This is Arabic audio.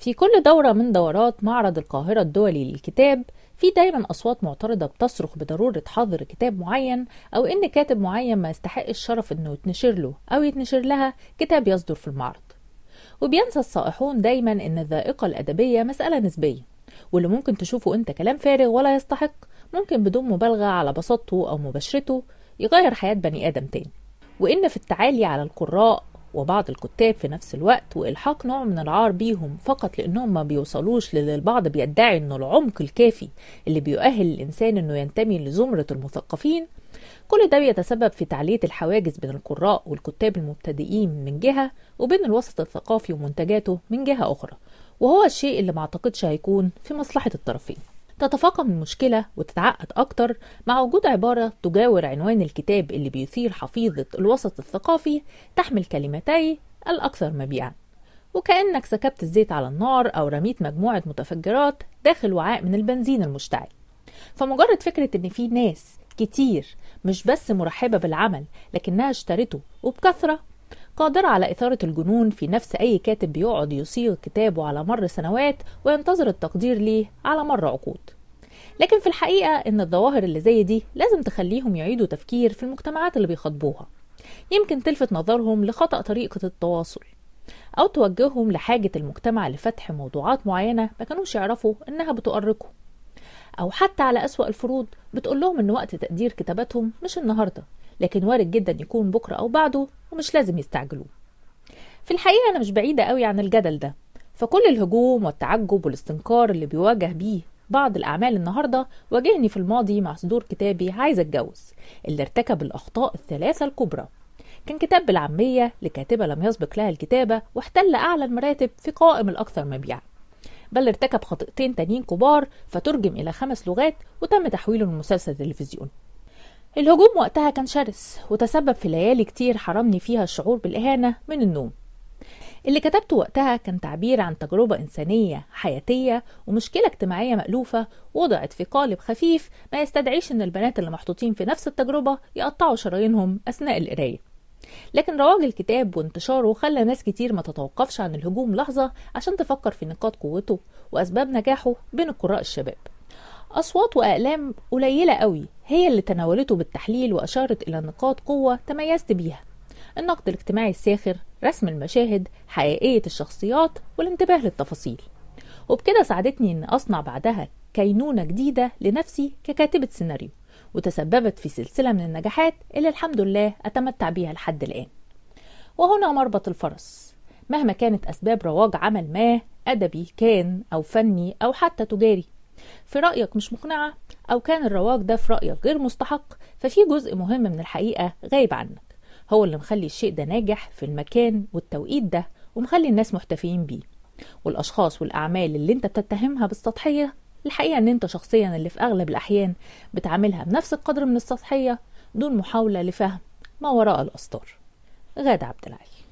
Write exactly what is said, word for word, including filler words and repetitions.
في كل دورة من دورات معرض القاهرة الدولي للكتاب في دايما أصوات معترضة بتصرخ بضرورة حظر كتاب معين أو إن كاتب معين ما يستحق الشرف إنه يتنشر له أو يتنشر لها كتاب يصدر في المعرض. وبينسى الصائحون دايما إن الذائقة الأدبية مسألة نسبية، واللي ممكن تشوفه أنت كلام فارغ ولا يستحق ممكن بدون مبالغة على بساطته أو مباشرته يغير حياة بني آدم تاني. وإن في التعالي على القراء وبعض الكتاب في نفس الوقت وإلحاق نوع من العار بيهم فقط لأنهم ما بيوصلوش للي البعض بيدعي أنه العمق الكافي اللي بيؤهل الإنسان أنه ينتمي لزمرة المثقفين، كل ده بيتسبب في تعلية الحواجز بين القراء والكتاب المبتدئين من جهة وبين الوسط الثقافي ومنتجاته من جهة أخرى، وهو الشيء اللي ما اعتقدش هيكون في مصلحة الطرفين. تتفاقم المشكلة وتتعقد أكتر مع وجود عبارة تجاور عنوان الكتاب اللي بيثير حفيظة الوسط الثقافي تحمل كلمتي الأكثر مبيعا، وكأنك سكبت الزيت على النار أو رميت مجموعة متفجرات داخل وعاء من البنزين المشتعل. فمجرد فكرة إن في ناس كتير مش بس مرحبة بالعمل لكنها اشترته وبكثرة قادرة على إثارة الجنون في نفس أي كاتب بيقعد يصيغ كتابه على مر سنوات وينتظر التقدير ليه على مر عقود. لكن في الحقيقة إن الظواهر اللي زي دي لازم تخليهم يعيدوا تفكير في المجتمعات اللي بيخاطبوها، يمكن تلفت نظرهم لخطأ طريقة التواصل أو توجههم لحاجة المجتمع لفتح موضوعات معينة ما كانوش يعرفوا إنها بتؤرقهم، أو حتى على أسوأ الفروض بتقول لهم إن وقت تقدير كتاباتهم مش النهاردة لكن وارد جدا يكون بكرة أو بعده ومش لازم يستعجلوه. في الحقيقة أنا مش بعيدة قوي عن الجدل ده، فكل الهجوم والتعجب والاستنكار اللي بيواجه بيه بعض الأعمال النهاردة واجهني في الماضي مع صدور كتابي عايزة أتجوز اللي ارتكب الأخطاء الثلاثة الكبرى. كان كتاب بالعامية لكاتبة لم يسبق لها الكتابة واحتل أعلى المراتب في قائم الأكثر مبيعا، بل ارتكب خطأتين تانيين كبار فترجم إلى خمس لغات وتم تحويله لمسلسل تلفزيوني. الهجوم وقتها كان شرس وتسبب في ليالي كتير حرمني فيها الشعور بالإهانة من النوم. اللي كتبته وقتها كان تعبير عن تجربة إنسانية حياتية ومشكلة اجتماعية مألوفة وضعت في قالب خفيف ما يستدعيش إن البنات اللي محطوطين في نفس التجربة يقطعوا شرايينهم أثناء القراية. لكن رواج الكتاب وانتشاره خلى ناس كتير ما تتوقفش عن الهجوم لحظة عشان تفكر في نقاط قوته وأسباب نجاحه بين القراء الشباب. أصوات وأقلام قليلة قوي هي اللي تناولته بالتحليل وأشارت إلى نقاط قوة تميزت بيها: النقد الاجتماعي الساخر، رسم المشاهد، حقيقية الشخصيات، والانتباه للتفاصيل. وبكده ساعدتني أن أصنع بعدها كينونة جديدة لنفسي ككاتبة سيناريو، وتسببت في سلسلة من النجاحات اللي الحمد لله أتمتع بيها لحد الآن. وهنا مربط الفرس، مهما كانت أسباب رواج عمل ما أدبي كان أو فني أو حتى تجاري في رأيك مش مقنعة أو كان الرواج ده في رأيك غير مستحق، ففي جزء مهم من الحقيقة غايب عنك هو اللي مخلي الشيء ده ناجح في المكان والتوقيت ده ومخلي الناس محتفين بيه. والأشخاص والأعمال اللي انت بتتهمها بالسطحية الحقيقة ان انت شخصيا اللي في أغلب الأحيان بتعاملها بنفس القدر من السطحية دون محاولة لفهم ما وراء الأسطار. غادة عبد العالي.